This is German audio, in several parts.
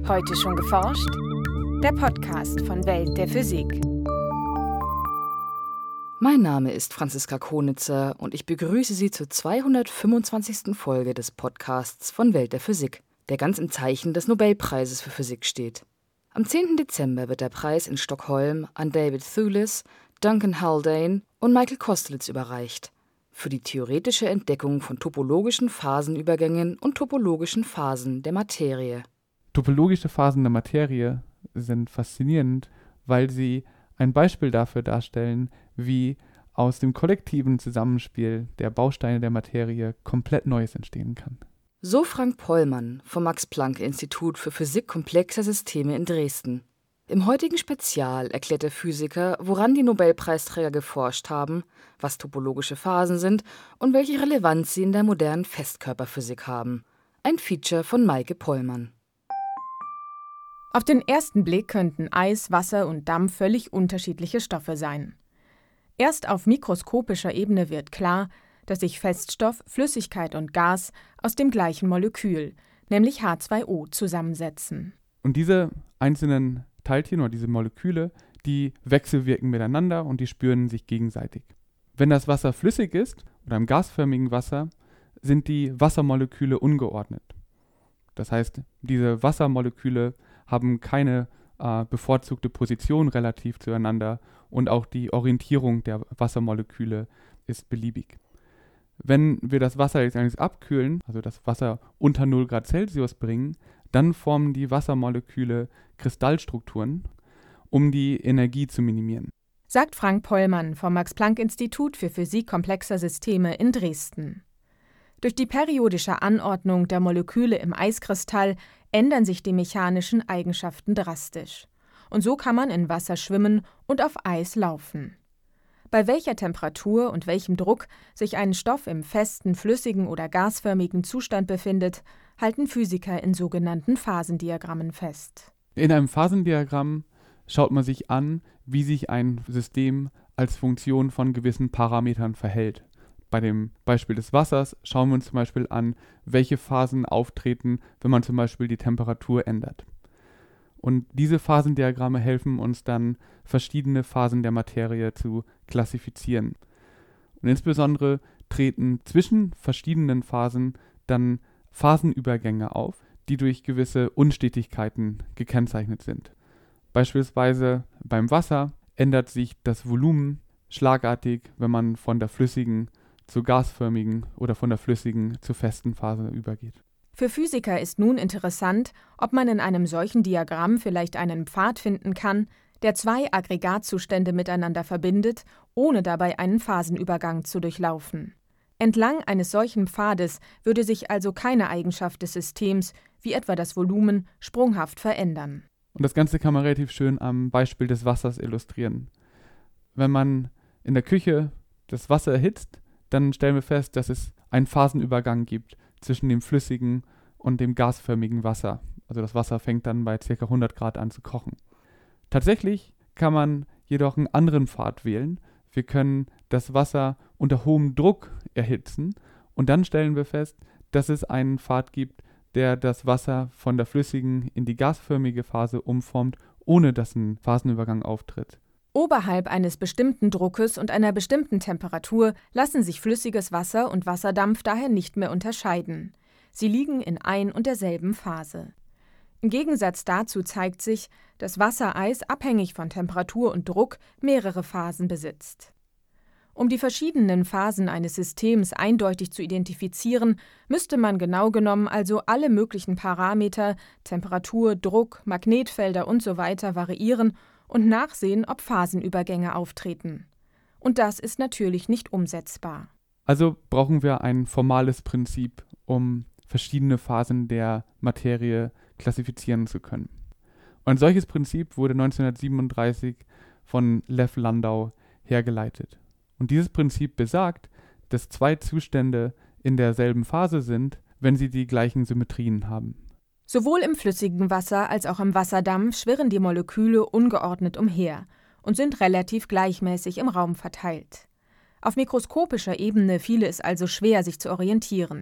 Heute schon geforscht? Der Podcast von Welt der Physik. Mein Name ist Franziska Konitzer und ich begrüße Sie zur 225. Folge des Podcasts von Welt der Physik, der ganz im Zeichen des Nobelpreises für Physik steht. Am 10. Dezember wird der Preis in Stockholm an David Thouless, Duncan Haldane und Michael Kosterlitz überreicht für die theoretische Entdeckung von topologischen Phasenübergängen und topologischen Phasen der Materie. Topologische Phasen der Materie sind faszinierend, weil sie ein Beispiel dafür darstellen, wie aus dem kollektiven Zusammenspiel der Bausteine der Materie komplett Neues entstehen kann. So Frank Pollmann vom Max-Planck-Institut für Physik komplexer Systeme in Dresden. Im heutigen Spezial erklärt der Physiker, woran die Nobelpreisträger geforscht haben, was topologische Phasen sind und welche Relevanz sie in der modernen Festkörperphysik haben. Ein Feature von Maike Pollmann. Auf den ersten Blick könnten Eis, Wasser und Dampf völlig unterschiedliche Stoffe sein. Erst auf mikroskopischer Ebene wird klar, dass sich Feststoff, Flüssigkeit und Gas aus dem gleichen Molekül, nämlich H2O, zusammensetzen. Und diese einzelnen Teilchen oder diese Moleküle, die wechselwirken miteinander und die spüren sich gegenseitig. Wenn das Wasser flüssig ist oder im gasförmigen Wasser, sind die Wassermoleküle ungeordnet. Das heißt, diese Wassermoleküle haben keine bevorzugte Position relativ zueinander und auch die Orientierung der Wassermoleküle ist beliebig. Wenn wir das Wasser jetzt allerdings abkühlen, also das Wasser unter 0 Grad Celsius bringen, dann formen die Wassermoleküle Kristallstrukturen, um die Energie zu minimieren. Sagt Frank Pollmann vom Max-Planck-Institut für Physik komplexer Systeme in Dresden. Durch die periodische Anordnung der Moleküle im Eiskristall ändern sich die mechanischen Eigenschaften drastisch. Und so kann man in Wasser schwimmen und auf Eis laufen. Bei welcher Temperatur und welchem Druck sich ein Stoff im festen, flüssigen oder gasförmigen Zustand befindet, halten Physiker in sogenannten Phasendiagrammen fest. In einem Phasendiagramm schaut man sich an, wie sich ein System als Funktion von gewissen Parametern verhält. Bei dem Beispiel des Wassers schauen wir uns zum Beispiel an, welche Phasen auftreten, wenn man zum Beispiel die Temperatur ändert. Und diese Phasendiagramme helfen uns dann, verschiedene Phasen der Materie zu klassifizieren. Und insbesondere treten zwischen verschiedenen Phasen dann Phasenübergänge auf, die durch gewisse Unstetigkeiten gekennzeichnet sind. Beispielsweise beim Wasser ändert sich das Volumen schlagartig, wenn man von der flüssigen zur gasförmigen oder von der flüssigen zur festen Phase übergeht. Für Physiker ist nun interessant, ob man in einem solchen Diagramm vielleicht einen Pfad finden kann, der zwei Aggregatzustände miteinander verbindet, ohne dabei einen Phasenübergang zu durchlaufen. Entlang eines solchen Pfades würde sich also keine Eigenschaft des Systems, wie etwa das Volumen, sprunghaft verändern. Und das Ganze kann man relativ schön am Beispiel des Wassers illustrieren. Wenn man in der Küche das Wasser erhitzt, dann stellen wir fest, dass es einen Phasenübergang gibt zwischen dem flüssigen und dem gasförmigen Wasser. Also das Wasser fängt dann bei ca. 100 Grad an zu kochen. Tatsächlich kann man jedoch einen anderen Pfad wählen. Wir können das Wasser unter hohem Druck erhitzen und dann stellen wir fest, dass es einen Pfad gibt, der das Wasser von der flüssigen in die gasförmige Phase umformt, ohne dass ein Phasenübergang auftritt. Oberhalb eines bestimmten Druckes und einer bestimmten Temperatur lassen sich flüssiges Wasser und Wasserdampf daher nicht mehr unterscheiden. Sie liegen in ein und derselben Phase. Im Gegensatz dazu zeigt sich, dass Wassereis abhängig von Temperatur und Druck mehrere Phasen besitzt. Um die verschiedenen Phasen eines Systems eindeutig zu identifizieren, müsste man genau genommen also alle möglichen Parameter, Temperatur, Druck, Magnetfelder usw. variieren und nachsehen, ob Phasenübergänge auftreten. Und das ist natürlich nicht umsetzbar. Also brauchen wir ein formales Prinzip, um verschiedene Phasen der Materie klassifizieren zu können. Und ein solches Prinzip wurde 1937 von Lev Landau hergeleitet. Und dieses Prinzip besagt, dass zwei Zustände in derselben Phase sind, wenn sie die gleichen Symmetrien haben. Sowohl im flüssigen Wasser als auch im Wasserdampf schwirren die Moleküle ungeordnet umher und sind relativ gleichmäßig im Raum verteilt. Auf mikroskopischer Ebene fiele es also schwer, sich zu orientieren.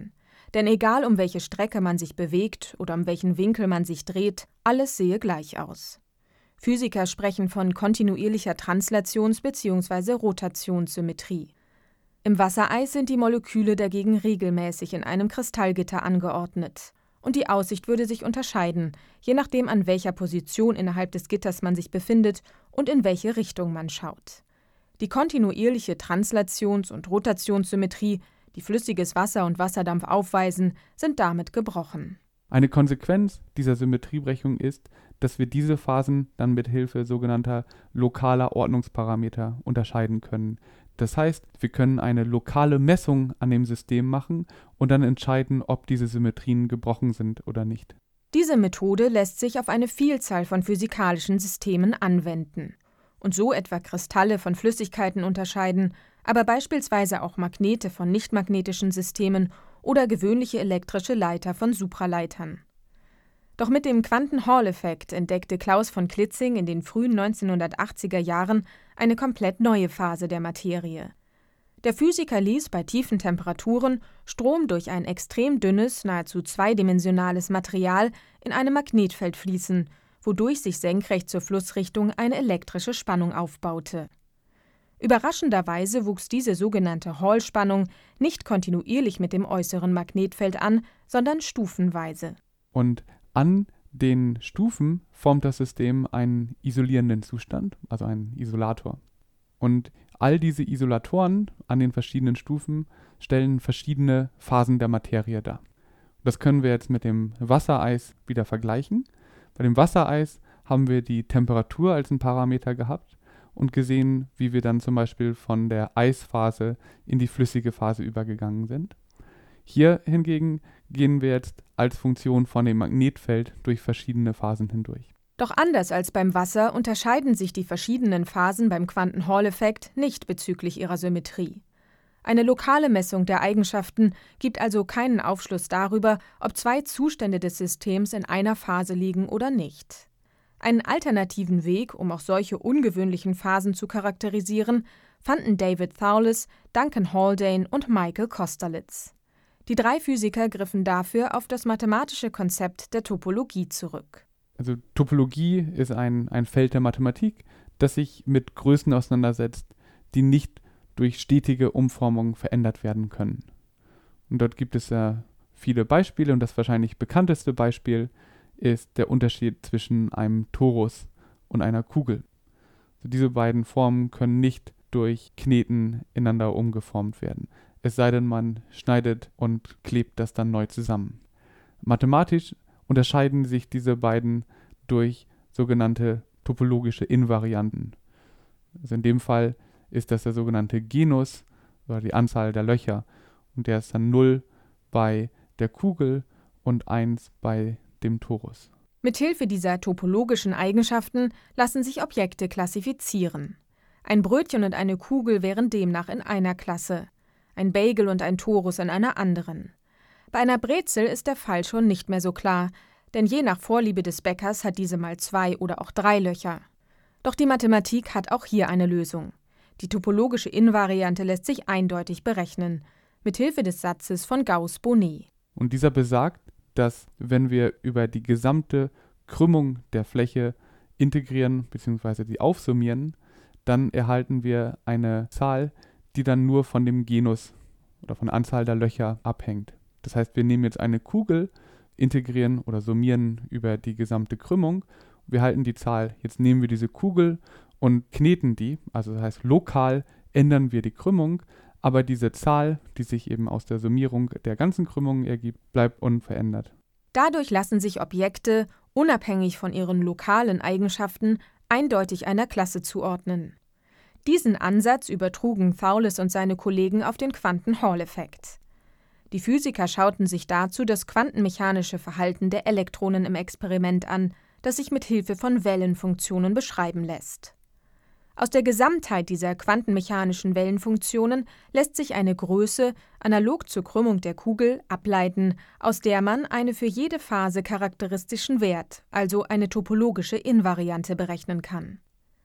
denn egal um welche Strecke man sich bewegt oder um welchen Winkel man sich dreht, alles sehe gleich aus. Physiker sprechen von kontinuierlicher Translations- bzw. Rotationssymmetrie. Im Wassereis sind die Moleküle dagegen regelmäßig in einem Kristallgitter angeordnet. Und die Aussicht würde sich unterscheiden, je nachdem an welcher Position innerhalb des Gitters man sich befindet und in welche Richtung man schaut. Die kontinuierliche Translations- und Rotationssymmetrie, die flüssiges Wasser und Wasserdampf aufweisen, sind damit gebrochen. Eine Konsequenz dieser Symmetriebrechung ist, dass wir diese Phasen dann mit Hilfe sogenannter lokaler Ordnungsparameter unterscheiden können. Das heißt, wir können eine lokale Messung an dem System machen und dann entscheiden, ob diese Symmetrien gebrochen sind oder nicht. Diese Methode lässt sich auf eine Vielzahl von physikalischen Systemen anwenden und so etwa Kristalle von Flüssigkeiten unterscheiden, aber beispielsweise auch Magnete von nichtmagnetischen Systemen oder gewöhnliche elektrische Leiter von Supraleitern. Doch mit dem Quanten-Hall-Effekt entdeckte Klaus von Klitzing in den frühen 1980er Jahren eine komplett neue Phase der Materie. Der Physiker ließ bei tiefen Temperaturen Strom durch ein extrem dünnes, nahezu zweidimensionales Material in einem Magnetfeld fließen, wodurch sich senkrecht zur Flussrichtung eine elektrische Spannung aufbaute. Überraschenderweise wuchs diese sogenannte Hall-Spannung nicht kontinuierlich mit dem äußeren Magnetfeld an, sondern stufenweise. Und an den Stufen formt das System einen isolierenden Zustand, also einen Isolator. Und all diese Isolatoren an den verschiedenen Stufen stellen verschiedene Phasen der Materie dar. Das können wir jetzt mit dem Wassereis wieder vergleichen. Bei dem Wassereis haben wir die Temperatur als einen Parameter gehabt und gesehen, wie wir dann zum Beispiel von der Eisphase in die flüssige Phase übergegangen sind. Hier hingegen gehen wir jetzt als Funktion von dem Magnetfeld durch verschiedene Phasen hindurch. Doch anders als beim Wasser unterscheiden sich die verschiedenen Phasen beim Quanten-Hall-Effekt nicht bezüglich ihrer Symmetrie. Eine lokale Messung der Eigenschaften gibt also keinen Aufschluss darüber, ob zwei Zustände des Systems in einer Phase liegen oder nicht. Einen alternativen Weg, um auch solche ungewöhnlichen Phasen zu charakterisieren, fanden David Thouless, Duncan Haldane und Michael Kosterlitz. Die drei Physiker griffen dafür auf das mathematische Konzept der Topologie zurück. Also Topologie ist ein Feld der Mathematik, das sich mit Größen auseinandersetzt, die nicht durch stetige Umformungen verändert werden können. Und dort gibt es ja viele Beispiele und das wahrscheinlich bekannteste Beispiel ist der Unterschied zwischen einem Torus und einer Kugel. Also diese beiden Formen können nicht durch Kneten ineinander umgeformt werden, es sei denn, man schneidet und klebt das dann neu zusammen. Mathematisch unterscheiden sich diese beiden durch sogenannte topologische Invarianten. Also in dem Fall ist das der sogenannte Genus oder die Anzahl der Löcher und der ist dann 0 bei der Kugel und 1 bei dem Torus. Mithilfe dieser topologischen Eigenschaften lassen sich Objekte klassifizieren. Ein Brötchen und eine Kugel wären demnach in einer Klasse, ein Bagel und ein Torus in einer anderen. Bei einer Brezel ist der Fall schon nicht mehr so klar, denn je nach Vorliebe des Bäckers hat diese mal 2 oder auch 3 Löcher. Doch die Mathematik hat auch hier eine Lösung. Die topologische Invariante lässt sich eindeutig berechnen, mithilfe des Satzes von Gauss-Bonnet. Und dieser besagt, dass wenn wir über die gesamte Krümmung der Fläche integrieren bzw. die aufsummieren, dann erhalten wir eine Zahl, die dann nur von dem Genus oder von der Anzahl der Löcher abhängt. Das heißt, wir nehmen jetzt eine Kugel, integrieren oder summieren über die gesamte Krümmung. Wir halten die Zahl, jetzt nehmen wir diese Kugel und kneten die, also das heißt lokal ändern wir die Krümmung, aber diese Zahl, die sich eben aus der Summierung der ganzen Krümmungen ergibt, bleibt unverändert. Dadurch lassen sich Objekte, unabhängig von ihren lokalen Eigenschaften, eindeutig einer Klasse zuordnen. Diesen Ansatz übertrugen Thouless und seine Kollegen auf den Quanten-Hall-Effekt. Die Physiker schauten sich dazu das quantenmechanische Verhalten der Elektronen im Experiment an, das sich mit Hilfe von Wellenfunktionen beschreiben lässt. Aus der Gesamtheit dieser quantenmechanischen Wellenfunktionen lässt sich eine Größe, analog zur Krümmung der Kugel, ableiten, aus der man einen für jede Phase charakteristischen Wert, also eine topologische Invariante, berechnen kann.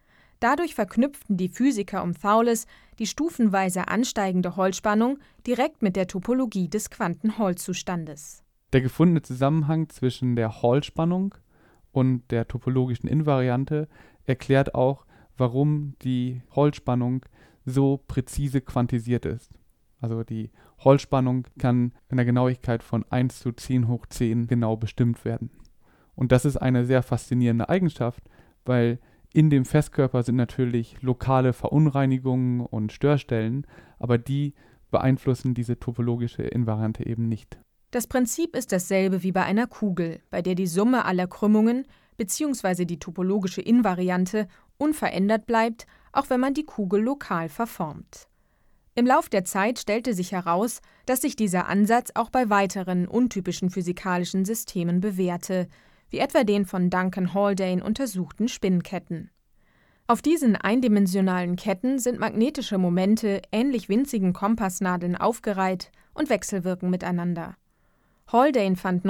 Dadurch verknüpften die Physiker um Thouless die stufenweise ansteigende Hall-Spannung direkt mit der Topologie des Quanten-Hall-Zustandes. Der gefundene Zusammenhang zwischen der Hall-Spannung und der topologischen Invariante erklärt auch, warum die Hall-Spannung so präzise quantisiert ist. Also die Hall-Spannung kann in der Genauigkeit von 1·10⁻10 genau bestimmt werden. Und das ist eine sehr faszinierende Eigenschaft, weil in dem Festkörper sind natürlich lokale Verunreinigungen und Störstellen, aber die beeinflussen diese topologische Invariante eben nicht. Das Prinzip ist dasselbe wie bei einer Kugel, bei der die Summe aller Krümmungen bzw. die topologische Invariante unverändert bleibt, auch wenn man die Kugel lokal verformt. Im Lauf der Zeit stellte sich heraus, dass sich dieser Ansatz auch bei weiteren untypischen physikalischen Systemen bewährte, wie etwa den von Duncan Haldane untersuchten Spinnketten. Auf diesen eindimensionalen Ketten sind magnetische Momente ähnlich winzigen Kompassnadeln aufgereiht und wechselwirken miteinander. Haldane fand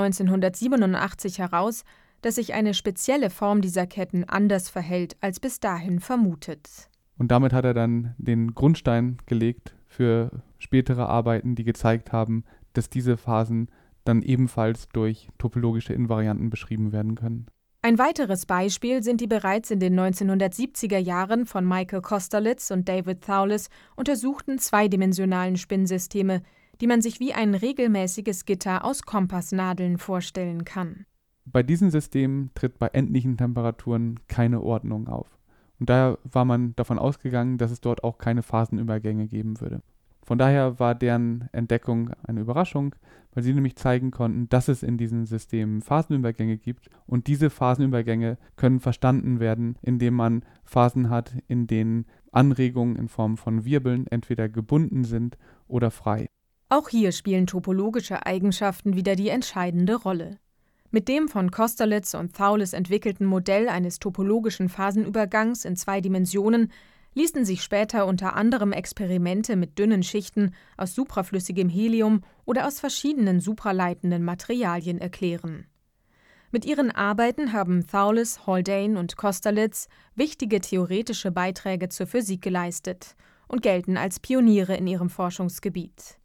1987 heraus, dass sich eine spezielle Form dieser Ketten anders verhält als bis dahin vermutet. Und damit hat er dann den Grundstein gelegt für spätere Arbeiten, die gezeigt haben, dass diese Phasen dann ebenfalls durch topologische Invarianten beschrieben werden können. Ein weiteres Beispiel sind die bereits in den 1970er Jahren von Michael Kosterlitz und David Thouless untersuchten zweidimensionalen Spinnsysteme, die man sich wie ein regelmäßiges Gitter aus Kompassnadeln vorstellen kann. Bei diesen Systemen tritt bei endlichen Temperaturen keine Ordnung auf. Und daher war man davon ausgegangen, dass es dort auch keine Phasenübergänge geben würde. Von daher war deren Entdeckung eine Überraschung, weil sie nämlich zeigen konnten, dass es in diesen Systemen Phasenübergänge gibt und diese Phasenübergänge können verstanden werden, indem man Phasen hat, in denen Anregungen in Form von Wirbeln entweder gebunden sind oder frei. Auch hier spielen topologische Eigenschaften wieder die entscheidende Rolle. Mit dem von Kosterlitz und Thouless entwickelten Modell eines topologischen Phasenübergangs in 2 Dimensionen ließen sich später unter anderem Experimente mit dünnen Schichten aus supraflüssigem Helium oder aus verschiedenen supraleitenden Materialien erklären. Mit ihren Arbeiten haben Thouless, Haldane und Kosterlitz wichtige theoretische Beiträge zur Physik geleistet und gelten als Pioniere in ihrem Forschungsgebiet.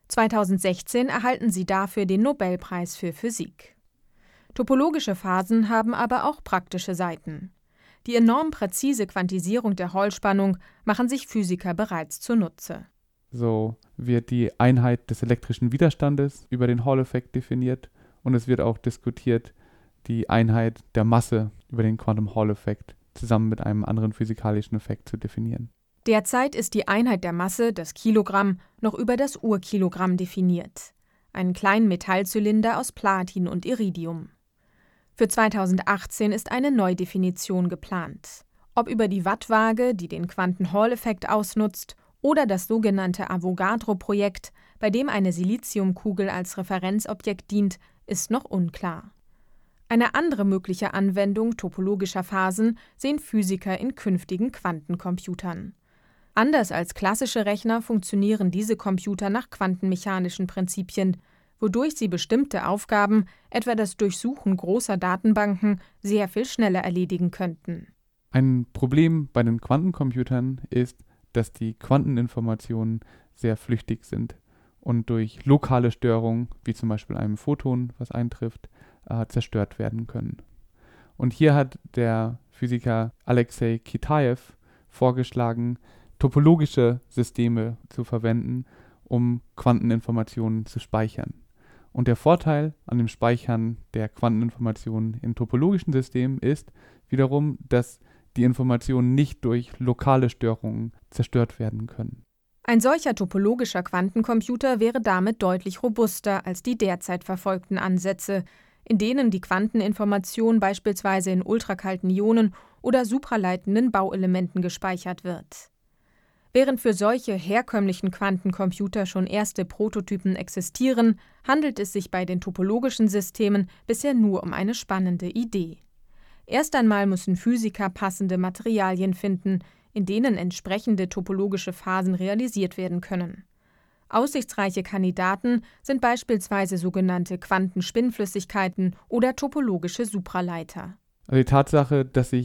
2016 erhalten sie dafür den Nobelpreis für Physik. Topologische Phasen haben aber auch praktische Seiten. Die enorm präzise Quantisierung der Hall-Spannung machen sich Physiker bereits zunutze. So wird die Einheit des elektrischen Widerstandes über den Hall-Effekt definiert und es wird auch diskutiert, die Einheit der Masse über den Quantum Hall-Effekt zusammen mit einem anderen physikalischen Effekt zu definieren. Derzeit ist die Einheit der Masse, das Kilogramm, noch über das Urkilogramm definiert, einen kleinen Metallzylinder aus Platin und Iridium. Für 2018 ist eine Neudefinition geplant. Ob über die Wattwaage, die den Quanten-Hall-Effekt ausnutzt, oder das sogenannte Avogadro-Projekt, bei dem eine Siliziumkugel als Referenzobjekt dient, ist noch unklar. Eine andere mögliche Anwendung topologischer Phasen sehen Physiker in künftigen Quantencomputern. Anders als klassische Rechner funktionieren diese Computer nach quantenmechanischen Prinzipien, wodurch sie bestimmte Aufgaben, etwa das Durchsuchen großer Datenbanken, sehr viel schneller erledigen könnten. Ein Problem bei den Quantencomputern ist, dass die Quanteninformationen sehr flüchtig sind und durch lokale Störungen, wie zum Beispiel einem Photon, was eintrifft, zerstört werden können. Und hier hat der Physiker Alexei Kitaev vorgeschlagen, topologische Systeme zu verwenden, um Quanteninformationen zu speichern. Und der Vorteil an dem Speichern der Quanteninformationen in topologischen Systemen ist wiederum, dass die Informationen nicht durch lokale Störungen zerstört werden können. Ein solcher topologischer Quantencomputer wäre damit deutlich robuster als die derzeit verfolgten Ansätze, in denen die Quanteninformation beispielsweise in ultrakalten Ionen oder supraleitenden Bauelementen gespeichert wird. Während für solche herkömmlichen Quantencomputer schon erste Prototypen existieren, handelt es sich bei den topologischen Systemen bisher nur um eine spannende Idee. Erst einmal müssen Physiker passende Materialien finden, in denen entsprechende topologische Phasen realisiert werden können. Aussichtsreiche Kandidaten sind beispielsweise sogenannte Quantenspinnflüssigkeiten oder topologische Supraleiter. Also die Tatsache, dass sich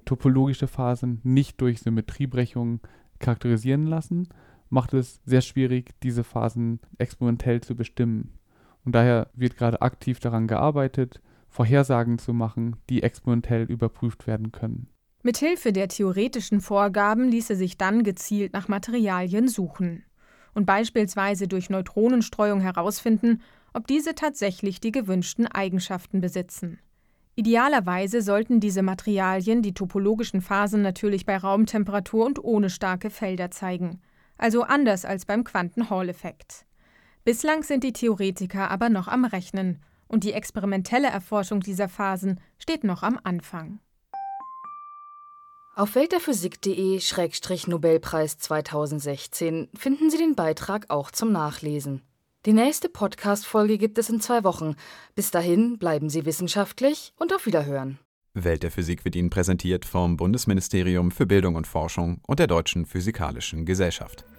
topologische Phasen nicht durch Symmetriebrechungen charakterisieren lassen, macht es sehr schwierig, diese Phasen experimentell zu bestimmen. Und daher wird gerade aktiv daran gearbeitet, Vorhersagen zu machen, die experimentell überprüft werden können. Mithilfe der theoretischen Vorgaben ließe sich dann gezielt nach Materialien suchen und beispielsweise durch Neutronenstreuung herausfinden, ob diese tatsächlich die gewünschten Eigenschaften besitzen. Idealerweise sollten diese Materialien die topologischen Phasen natürlich bei Raumtemperatur und ohne starke Felder zeigen, also anders als beim Quanten-Hall-Effekt. Bislang sind die Theoretiker aber noch am Rechnen und die experimentelle Erforschung dieser Phasen steht noch am Anfang. Auf weltderphysik.de/Nobelpreis 2016 finden Sie den Beitrag auch zum Nachlesen. Die nächste Podcast-Folge gibt es in 2 Wochen. Bis dahin bleiben Sie wissenschaftlich und auf Wiederhören. Welt der Physik wird Ihnen präsentiert vom Bundesministerium für Bildung und Forschung und der Deutschen Physikalischen Gesellschaft.